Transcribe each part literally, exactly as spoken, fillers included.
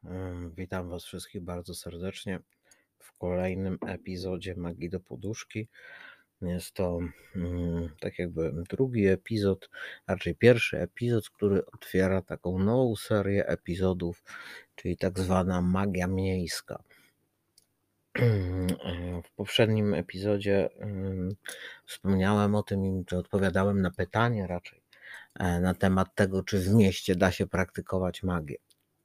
Ym, Witam Was wszystkich bardzo serdecznie w kolejnym epizodzie Magii do Poduszki. Jest to mm, tak jakby drugi epizod, a raczej pierwszy epizod, który otwiera taką nową serię epizodów, czyli tak zwana magia miejska. W poprzednim epizodzie ym, wspomniałem o tym, czy odpowiadałem na pytanie raczej e, na temat tego, czy w mieście da się praktykować magię.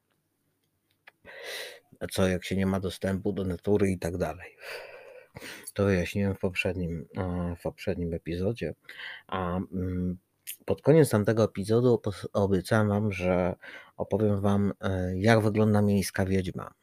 Co jak się nie ma dostępu do natury i tak dalej. To wyjaśniłem w poprzednim, e, w poprzednim epizodzie, a mm, pod koniec tamtego epizodu opos- obiecałem Wam, że opowiem Wam, e, jak wygląda miejska wiedźma.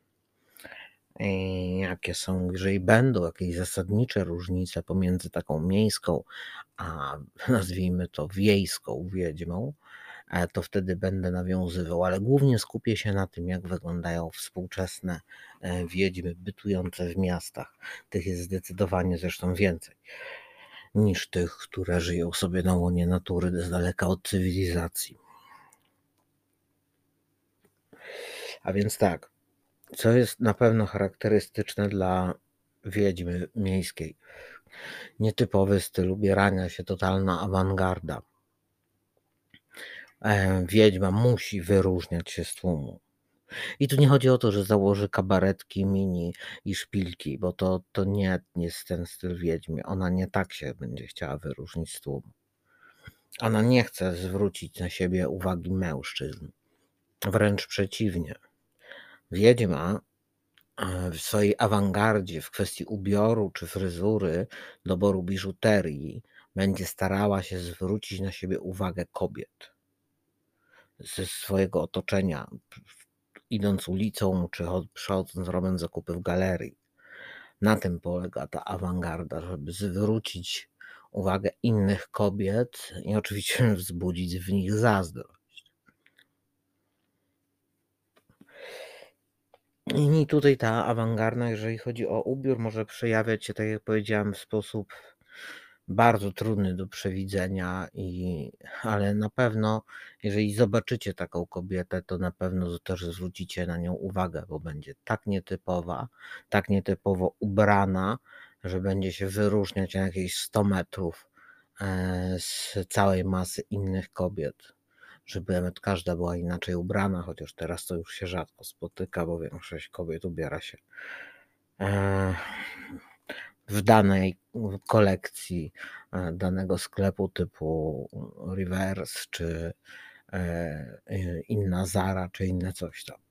I jakie są, jeżeli będą jakieś zasadnicze różnice pomiędzy taką miejską, a nazwijmy to wiejską wiedźmą, e, to wtedy będę nawiązywał, ale głównie skupię się na tym, jak wyglądają współczesne e, wiedźmy bytujące w miastach. Tych jest zdecydowanie zresztą więcej niż tych, które żyją sobie na łonie natury, z daleka od cywilizacji. A więc tak, co jest na pewno charakterystyczne dla wiedźmy miejskiej? Nietypowy styl ubierania się, totalna awangarda. E, Wiedźma musi wyróżniać się z tłumu. I tu nie chodzi o to, że założy kabaretki, mini i szpilki, bo to, to nie jest ten styl wiedźmy. Ona nie tak się będzie chciała wyróżnić z tłumu. Ona nie chce zwrócić na siebie uwagi mężczyzn. Wręcz przeciwnie. Wiedźma w swojej awangardzie w kwestii ubioru czy fryzury, doboru biżuterii będzie starała się zwrócić na siebie uwagę kobiet ze swojego otoczenia, idąc ulicą czy przechodząc, robiąc zakupy w galerii. Na tym polega ta awangarda, żeby zwrócić uwagę innych kobiet i oczywiście wzbudzić w nich zazdrość. I tutaj ta awangarda, jeżeli chodzi o ubiór, może przejawiać się, tak jak powiedziałem, w sposób bardzo trudny do przewidzenia, i, ale na pewno, jeżeli zobaczycie taką kobietę, to na pewno też zwrócicie na nią uwagę, bo będzie tak nietypowa, tak nietypowo ubrana, że będzie się wyróżniać na jakieś sto metrów e, z całej masy innych kobiet. Żeby nawet każda była inaczej ubrana, chociaż teraz to już się rzadko spotyka, bo większość kobiet ubiera się e, w danej kolekcji e, danego sklepu typu Reverse, czy e, inna Zara, czy inne coś tam.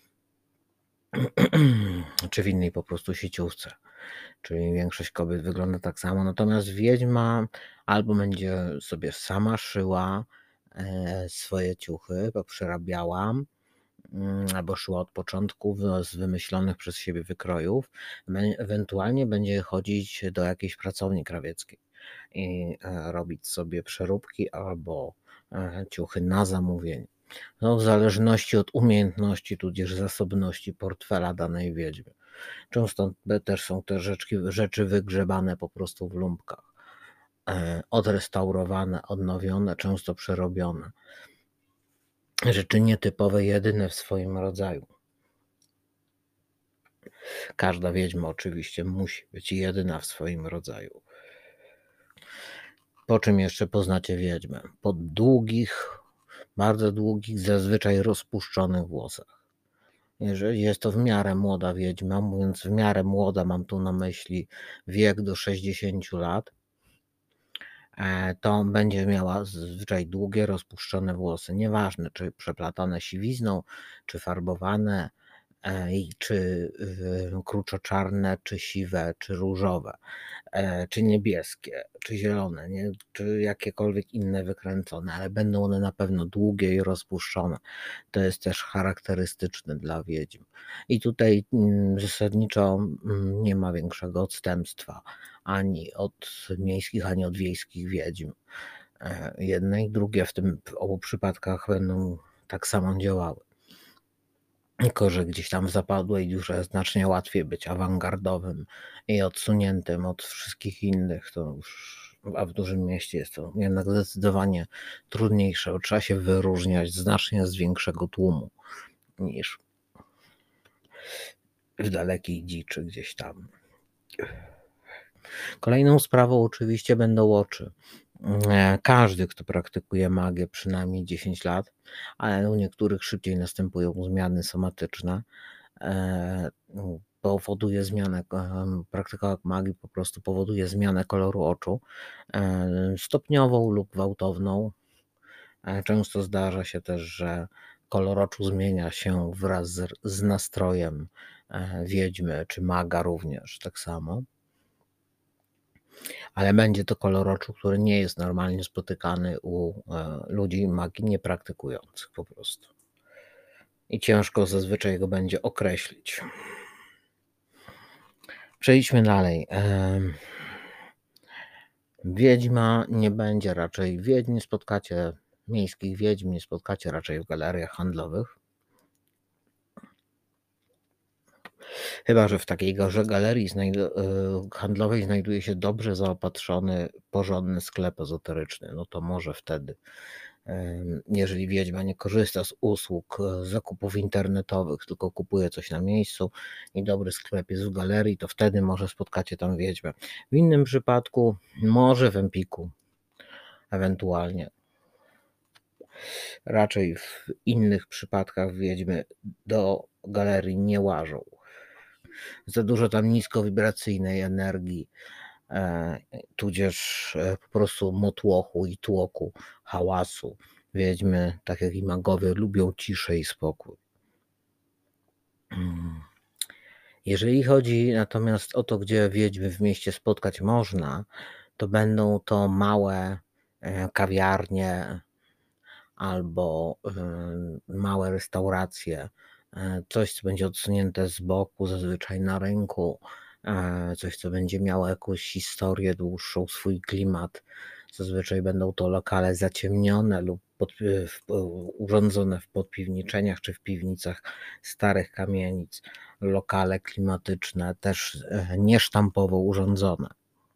Czy w innej po prostu sieciówce. Czyli większość kobiet wygląda tak samo. Natomiast wiedźma albo będzie sobie sama szyła e, swoje ciuchy, bo przerabiała, albo szyła od początku z wymyślonych przez siebie wykrojów, ewentualnie będzie chodzić do jakiejś pracowni krawieckiej i e, robić sobie przeróbki albo e, ciuchy na zamówienie. No, w zależności od umiejętności tudzież zasobności portfela danej wiedźmy. Często też są te rzeczy, rzeczy wygrzebane po prostu w lumpkach, e, odrestaurowane, odnowione, często przerobione. Rzeczy nietypowe, jedyne w swoim rodzaju. Każda wiedźma oczywiście musi być jedyna w swoim rodzaju. Po czym jeszcze poznacie wiedźmę? Po długich, bardzo długich, zazwyczaj rozpuszczonych włosach. Jeżeli jest to w miarę młoda wiedźma, mówiąc w miarę młoda, mam tu na myśli wiek do sześćdziesięciu lat, to będzie miała zazwyczaj długie, rozpuszczone włosy. Nieważne, czy przeplatane siwizną, czy farbowane, czy kruczoczarne, czy siwe, czy różowe, czy niebieskie, czy zielone, nie? Czy jakiekolwiek inne wykręcone, ale będą one na pewno długie i rozpuszczone. To jest też charakterystyczne dla wiedźm. I tutaj zasadniczo nie ma większego odstępstwa ani od miejskich, ani od wiejskich wiedźm. Jedne i drugie w tym w obu przypadkach będą tak samo działały. Tylko że gdzieś tam w zapadłej dziurze znacznie łatwiej być awangardowym i odsuniętym od wszystkich innych, to już, a w dużym mieście jest to jednak zdecydowanie trudniejsze, bo trzeba się wyróżniać znacznie z większego tłumu niż w dalekiej dziczy gdzieś tam. Kolejną sprawą oczywiście będą oczy. Eee, każdy, kto praktykuje magię przynajmniej dziesięć lat, ale u niektórych szybciej następują zmiany somatyczne, eee, powoduje zmianę, em, praktyka magii po prostu powoduje zmianę koloru oczu, eee, stopniową lub gwałtowną. Eee, często zdarza się też, że kolor oczu zmienia się wraz z z nastrojem, eee, wiedźmy czy maga również tak samo. Ale będzie to kolor oczu, który nie jest normalnie spotykany u, e, ludzi magii niepraktykujących po prostu. I ciężko zazwyczaj go będzie określić. Przejdźmy dalej. Em, Wiedźma nie będzie raczej, wiedźm nie spotkacie, miejskich wiedźm nie spotkacie raczej w galeriach handlowych. Chyba że w takiej gorze galerii znajdu handlowej znajduje się dobrze zaopatrzony, porządny sklep ezoteryczny, no to może wtedy, em, jeżeli wiedźma nie korzysta z usług, e, zakupów internetowych, tylko kupuje coś na miejscu i dobry sklep jest w galerii, to wtedy może spotkacie tam wiedźmę. W innym przypadku może w Empiku, ewentualnie. Raczej w innych przypadkach wiedźmy do galerii nie łażą. Za dużo tam niskowibracyjnej energii, e, tudzież e, po prostu motłochu i tłoku, hałasu. Wiedźmy, tak jak i magowie, lubią ciszę i spokój. Mm. Jeżeli chodzi natomiast o to, gdzie wiedźmy w mieście spotkać można, to będą to małe e, kawiarnie albo y, małe restauracje, e, coś, co będzie odsunięte z boku, zazwyczaj na rynku, e, coś, co będzie miało jakąś historię dłuższą, swój klimat. Zazwyczaj będą to lokale zaciemnione lub pod, w, urządzone w podpiwniczeniach czy w piwnicach starych kamienic. Lokale klimatyczne, też e, niesztampowo urządzone.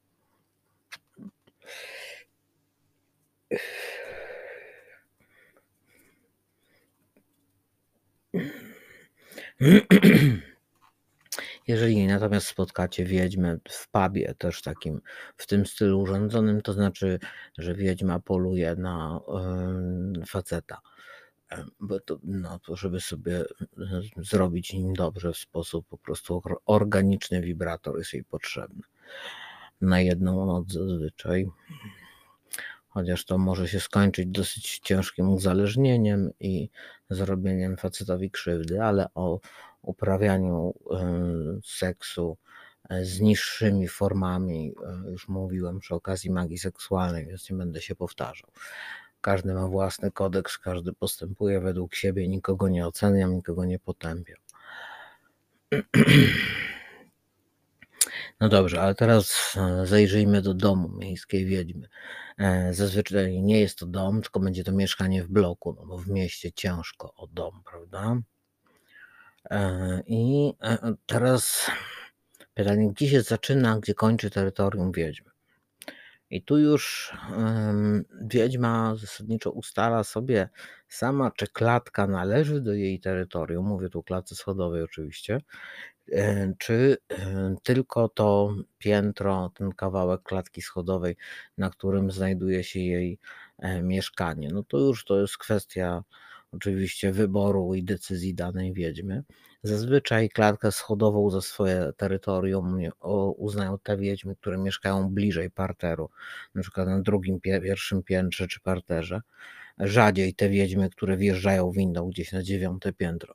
Jeżeli natomiast spotkacie wiedźmę w pubie, też takim w tym stylu urządzonym, to znaczy, że wiedźma poluje na em, faceta, Em, bo to, no, to żeby sobie e, zrobić nim dobrze w sposób po prostu or- organiczny, wibrator jest jej potrzebny. Na jedną noc zazwyczaj. Chociaż to może się skończyć dosyć ciężkim uzależnieniem i zrobieniem facetowi krzywdy, ale o uprawianiu y, seksu y, z niższymi formami y, już mówiłem przy okazji magii seksualnej, więc nie będę się powtarzał. Każdy ma własny kodeks, każdy postępuje według siebie, nikogo nie oceniam, nikogo nie potępiam. No dobrze, ale teraz e, zajrzyjmy do domu miejskiej wiedźmy. E, Zazwyczaj nie jest to dom, tylko będzie to mieszkanie w bloku, no bo w mieście ciężko o dom, prawda? E, I e, teraz pytanie, gdzie się zaczyna, gdzie kończy terytorium wiedźmy? I tu już em, wiedźma zasadniczo ustala sobie sama, czy klatka należy do jej terytorium, mówię tu o klatce schodowej oczywiście, e, czy e, tylko to piętro, ten kawałek klatki schodowej, na którym znajduje się jej e, mieszkanie. No to już to jest kwestia oczywiście wyboru i decyzji danej wiedźmy. Zazwyczaj klatkę schodową za swoje terytorium nie- o- uznają te wiedźmy, które mieszkają bliżej parteru, na przykład na drugim, pie- pierwszym piętrze czy parterze. Rzadziej te wiedźmy, które wjeżdżają windą gdzieś na dziewiąte piętro.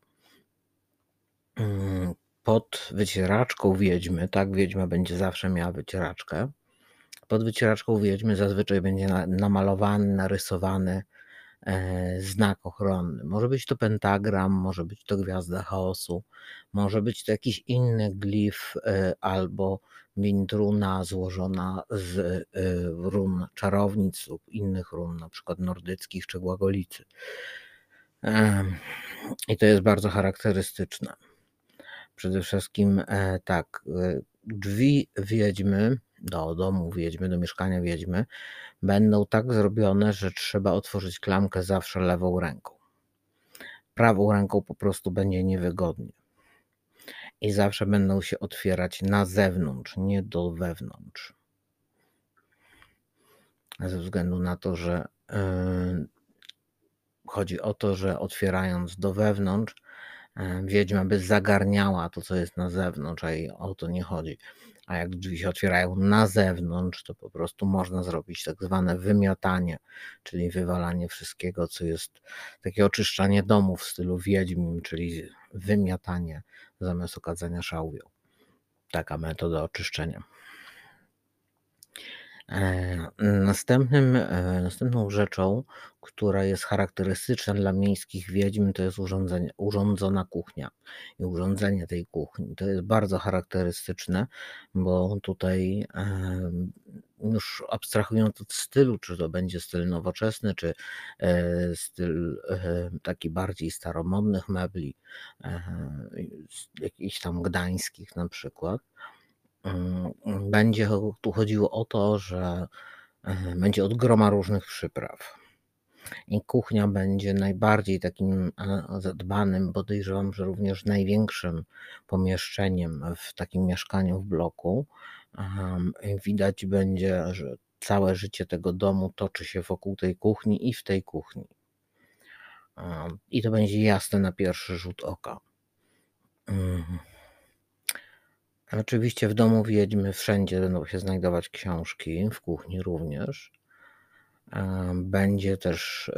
Mm, Pod wycieraczką wiedźmy, tak, wiedźma będzie zawsze miała wycieraczkę. Pod wycieraczką wiedźmy zazwyczaj będzie na- namalowany, narysowany e, znak ochronny. Może być to pentagram, może być to gwiazda chaosu, może być to jakiś inny glif e, albo windruna złożona z e, run czarownic lub innych run, na przykład nordyckich czy głagolicy. Em, I to jest bardzo charakterystyczne. Przede wszystkim e, tak, e, drzwi wiedźmy, do domu wiedźmy, do mieszkania wiedźmy, będą tak zrobione, że trzeba otworzyć klamkę zawsze lewą ręką. Prawą ręką po prostu będzie niewygodnie. I zawsze będą się otwierać na zewnątrz, nie do wewnątrz. Ze względu na to, że yy, chodzi o to, że otwierając do wewnątrz, yy, wiedźma by zagarniała to, co jest na zewnątrz, a jej o to nie chodzi. A jak drzwi się otwierają na zewnątrz, to po prostu można zrobić tak zwane wymiatanie, czyli wywalanie wszystkiego, co jest takie oczyszczanie domu w stylu wiedźmim, czyli wymiatanie zamiast okadzania szałwią. Taka metoda oczyszczenia. E, następnym, e, następną rzeczą, która jest charakterystyczna dla miejskich wiedźm, to jest urządzenie, urządzona kuchnia i urządzenie tej kuchni. To jest bardzo charakterystyczne, bo tutaj e, już abstrahując od stylu, czy to będzie styl nowoczesny, czy e, styl e, taki bardziej staromodnych mebli, e, jakichś tam gdańskich na przykład, będzie tu chodziło o to, że będzie od groma różnych przypraw. I kuchnia będzie najbardziej takim zadbanym, podejrzewam, że również największym pomieszczeniem w takim mieszkaniu w bloku. Widać będzie, że całe życie tego domu toczy się wokół tej kuchni i w tej kuchni. I to będzie jasne na pierwszy rzut oka. Oczywiście w domu wiedźmy wszędzie będą się znajdować książki, w kuchni również. Będzie też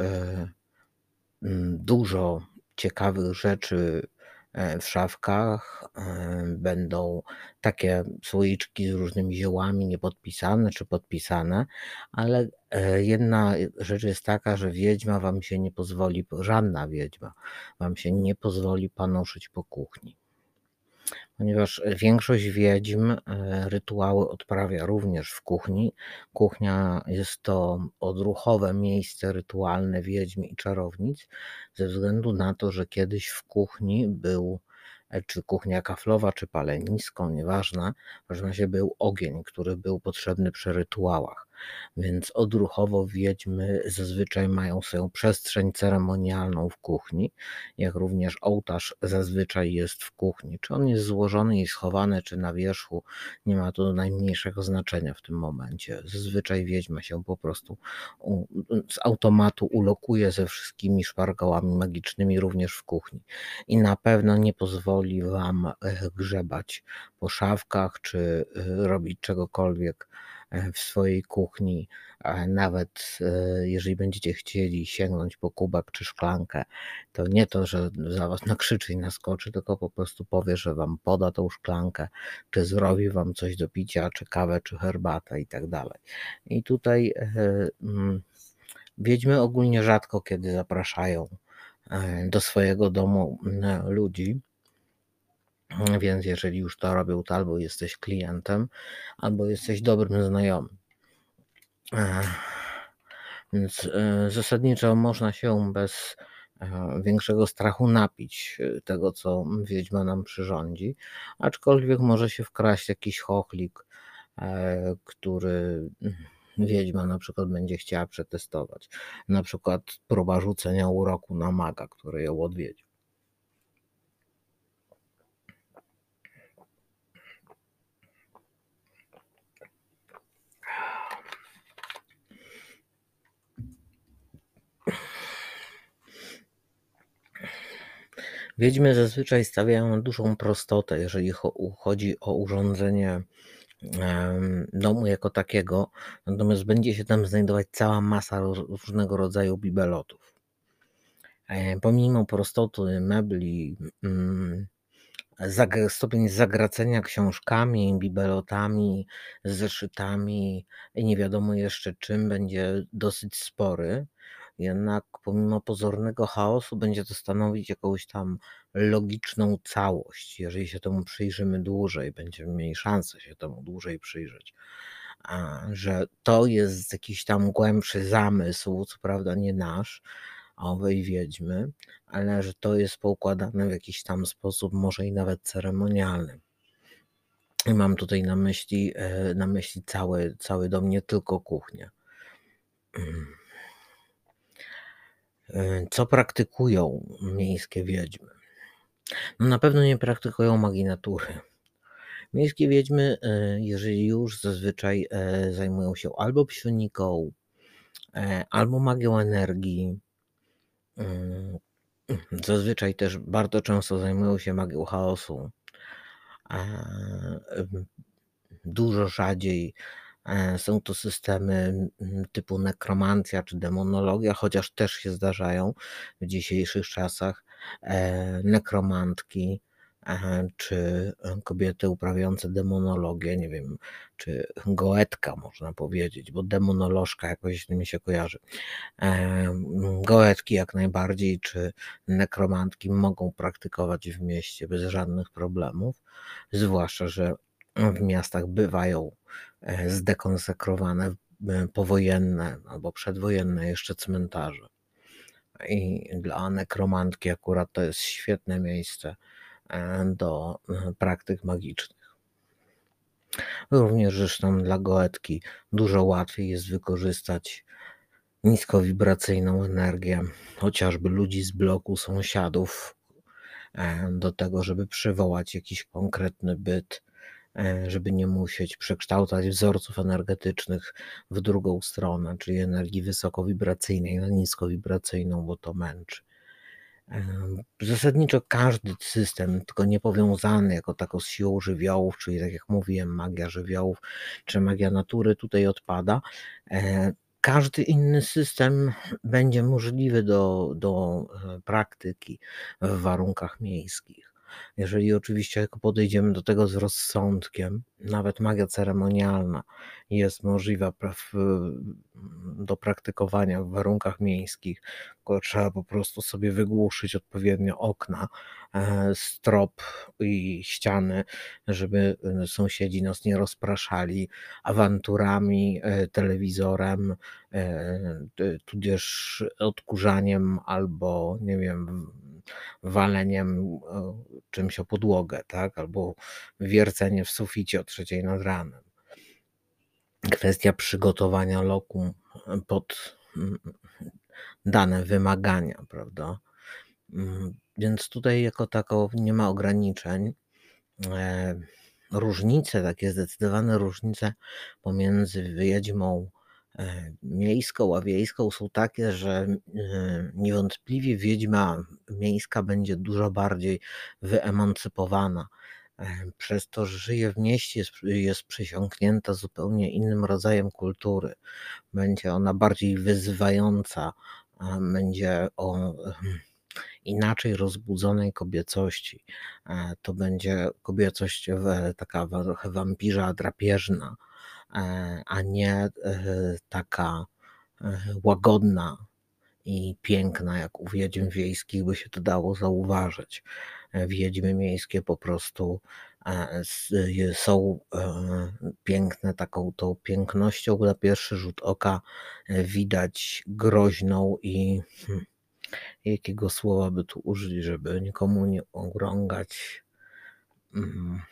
dużo ciekawych rzeczy w szafkach. Będą takie słoiczki z różnymi ziołami, niepodpisane czy podpisane, ale jedna rzecz jest taka, że wiedźma wam się nie pozwoli, żadna wiedźma wam się nie pozwoli panoszyć po kuchni. Ponieważ większość wiedźm rytuały odprawia również w kuchni. Kuchnia jest to odruchowe miejsce rytualne wiedźm i czarownic, ze względu na to, że kiedyś w kuchni był, czy kuchnia kaflowa, czy palenisko, nieważne, w każdym razie był ogień, który był potrzebny przy rytuałach. Więc odruchowo wiedźmy zazwyczaj mają swoją przestrzeń ceremonialną w kuchni, jak również ołtarz zazwyczaj jest w kuchni. Czy on jest złożony i schowany, czy na wierzchu, nie ma to najmniejszego znaczenia w tym momencie. Zazwyczaj wiedźma się po prostu z automatu ulokuje ze wszystkimi szpargałami magicznymi również w kuchni. I na pewno nie pozwoli wam grzebać po szafkach, czy robić czegokolwiek w swojej kuchni, nawet jeżeli będziecie chcieli sięgnąć po kubek czy szklankę, to nie to, że za was nakrzyczy i naskoczy, tylko po prostu powie, że wam poda tą szklankę, czy zrobi wam coś do picia, czy kawę, czy herbatę i tak dalej. I tutaj wiedźmy ogólnie rzadko kiedy zapraszają do swojego domu ludzi. Więc jeżeli już to robią, to albo jesteś klientem, albo jesteś dobrym znajomym. Więc zasadniczo można się bez większego strachu napić tego, co wiedźma nam przyrządzi, aczkolwiek może się wkraść jakiś chochlik, który wiedźma na przykład będzie chciała przetestować. Na przykład próba rzucenia uroku na maga, który ją odwiedzi. Wiedźmy zazwyczaj stawiają na dużą prostotę, jeżeli chodzi o urządzenie domu jako takiego, natomiast będzie się tam znajdować cała masa różnego rodzaju bibelotów. Pomimo prostoty mebli, stopień zagracenia książkami, bibelotami, zeszytami i nie wiadomo jeszcze czym będzie dosyć spory. Jednak pomimo pozornego chaosu będzie to stanowić jakąś tam logiczną całość. Jeżeli się temu przyjrzymy dłużej, będziemy mieli szansę się temu dłużej przyjrzeć, że to jest jakiś tam głębszy zamysł, co prawda nie nasz, owej wiedźmy, ale że to jest poukładane w jakiś tam sposób, może i nawet ceremonialny. I mam tutaj na myśli, na myśli cały, cały dom, nie tylko kuchnię. Co praktykują miejskie wiedźmy? No na pewno nie praktykują magii natury. Miejskie wiedźmy, e, jeżeli już, zazwyczaj, e, zajmują się albo psioniką, e, albo magią energii. Ym, zazwyczaj też bardzo często zajmują się magią chaosu. E, ym, dużo rzadziej, e, są to systemy, mm, typu nekromancja czy demonologia, chociaż też się zdarzają w dzisiejszych czasach, e, nekromantki, e, czy e, kobiety uprawiające demonologię, nie wiem, czy goetka można powiedzieć, bo demonolożka jakoś mi się kojarzy. E, mm, goetki jak najbardziej, czy nekromantki mogą praktykować w mieście bez żadnych problemów, zwłaszcza że w miastach bywają, e, zdekonsekrowane, e, powojenne albo przedwojenne jeszcze cmentarze. I dla nekromantki akurat to jest świetne miejsce, e, do, e, praktyk magicznych. Również zresztą dla goetki dużo łatwiej jest wykorzystać niskowibracyjną energię, chociażby ludzi z bloku sąsiadów, e, do tego, żeby przywołać jakiś konkretny byt, e, żeby nie musieć przekształcać wzorców energetycznych w drugą stronę, czyli energii wysokowibracyjnej na niskowibracyjną, bo to męczy. Em, zasadniczo każdy system, tylko niepowiązany jako tako z siłą żywiołów, czyli tak jak mówiłem, magia żywiołów czy magia natury tutaj odpada. E, każdy inny system będzie możliwy do do, e, praktyki w warunkach miejskich. Jeżeli oczywiście podejdziemy do tego z rozsądkiem, nawet magia ceremonialna jest możliwa praw do praktykowania w warunkach miejskich, tylko trzeba po prostu sobie wygłuszyć odpowiednio okna, e, strop i ściany, żeby, y, sąsiedzi nas nie rozpraszali awanturami, e, telewizorem, e, t tudzież odkurzaniem albo nie wiem, waleniem, e, czymś o podłogę, tak, albo wiercenie w suficie o trzeciej nad ranem. Kwestia przygotowania lokum, e, pod, mm, dane wymagania, prawda? Mm, więc tutaj jako tako nie ma ograniczeń. E, różnice, takie zdecydowane różnice pomiędzy wiedźmą, e, miejską a wiejską są takie, że, e, niewątpliwie wiedźma miejska będzie dużo bardziej wyemancypowana, e, przez to, że żyje w mieście, jest jest przysiągnięta zupełnie innym rodzajem kultury. Będzie ona bardziej wyzywająca, a będzie o inaczej rozbudzonej kobiecości. E, to będzie kobiecość w taka trochę wampirza, drapieżna, e, a nie, e, taka, e, łagodna i piękna, jak u wiedźm wiejskich by się to dało zauważyć. E, wiedźmy miejskie po prostu, e, s je są, e, piękne taką tą pięknością na pierwszy rzut oka, e, widać groźną i, hm, jakiego słowa by tu użyć, żeby nikomu nie urągać. Mm.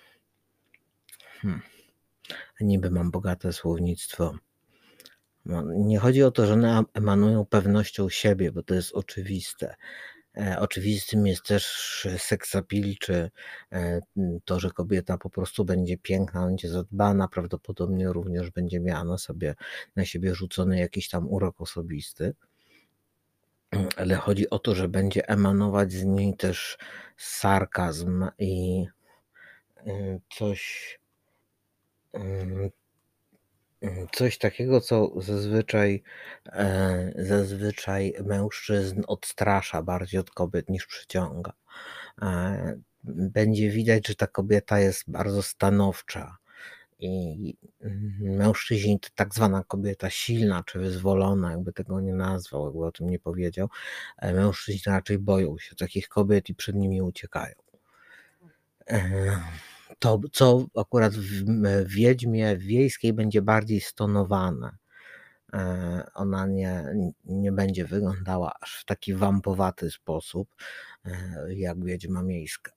Hmm. Niby mam bogate słownictwo. No, nie chodzi o to, że one emanują pewnością siebie, bo to jest oczywiste. E, oczywistym jest też seksappeal, czy, e, to, że kobieta po prostu będzie piękna, będzie zadbana, prawdopodobnie również będzie miała na sobie na siebie rzucony jakiś tam urok osobisty. Ale chodzi o to, że będzie emanować z niej też sarkazm i, y, coś ym, ym, coś takiego, co zazwyczaj, e, zazwyczaj mężczyzn odstrasza bardziej od kobiet niż przyciąga. E, będzie widać, że ta kobieta jest bardzo stanowcza i, mm, mężczyźni, to tak zwana kobieta silna czy wyzwolona, jakby tego nie nazwał, jakby o tym nie powiedział, e, mężczyźni raczej boją się takich kobiet i przed nimi uciekają. E, to, co akurat w m wiedźmie wiejskiej będzie bardziej stonowane. E, ona nie nie będzie wyglądała aż w taki wampowaty sposób, e, jak wiedźma miejska.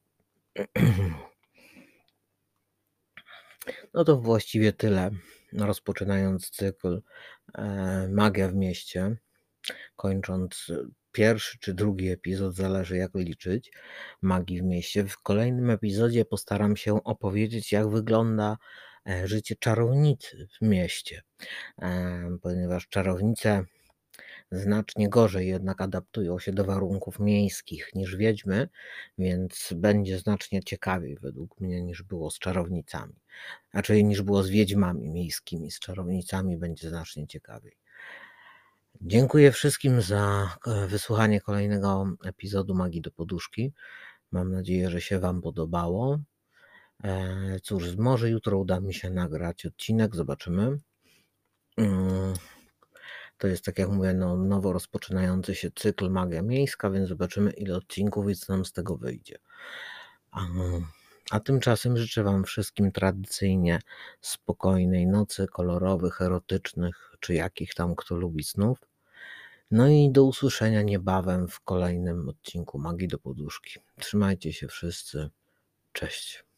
No to właściwie tyle, rozpoczynając cykl, e, Magia w mieście, kończąc pierwszy czy drugi epizod, zależy jak liczyć, Magii w mieście. W kolejnym epizodzie postaram się opowiedzieć, jak wygląda e, życie czarownicy w mieście, e, ponieważ czarownice znacznie gorzej jednak adaptują się do warunków miejskich niż wiedźmy, więc będzie znacznie ciekawiej według mnie niż było z czarownicami. Znaczy niż było z wiedźmami miejskimi, z czarownicami będzie znacznie ciekawiej. Dziękuję wszystkim za e, wysłuchanie kolejnego epizodu Magii do Poduszki. Mam nadzieję, że się Wam podobało. E, Cóż, może jutro uda mi się nagrać odcinek, zobaczymy. Mm, To jest, tak jak mówię, no, nowo rozpoczynający się cykl Magia Miejska, więc zobaczymy, ile odcinków i co nam z tego wyjdzie. A, a tymczasem życzę Wam wszystkim tradycyjnie spokojnej nocy, kolorowych, erotycznych, czy jakich tam kto lubi snów. No i do usłyszenia niebawem w kolejnym odcinku Magii do Poduszki. Trzymajcie się wszyscy. Cześć.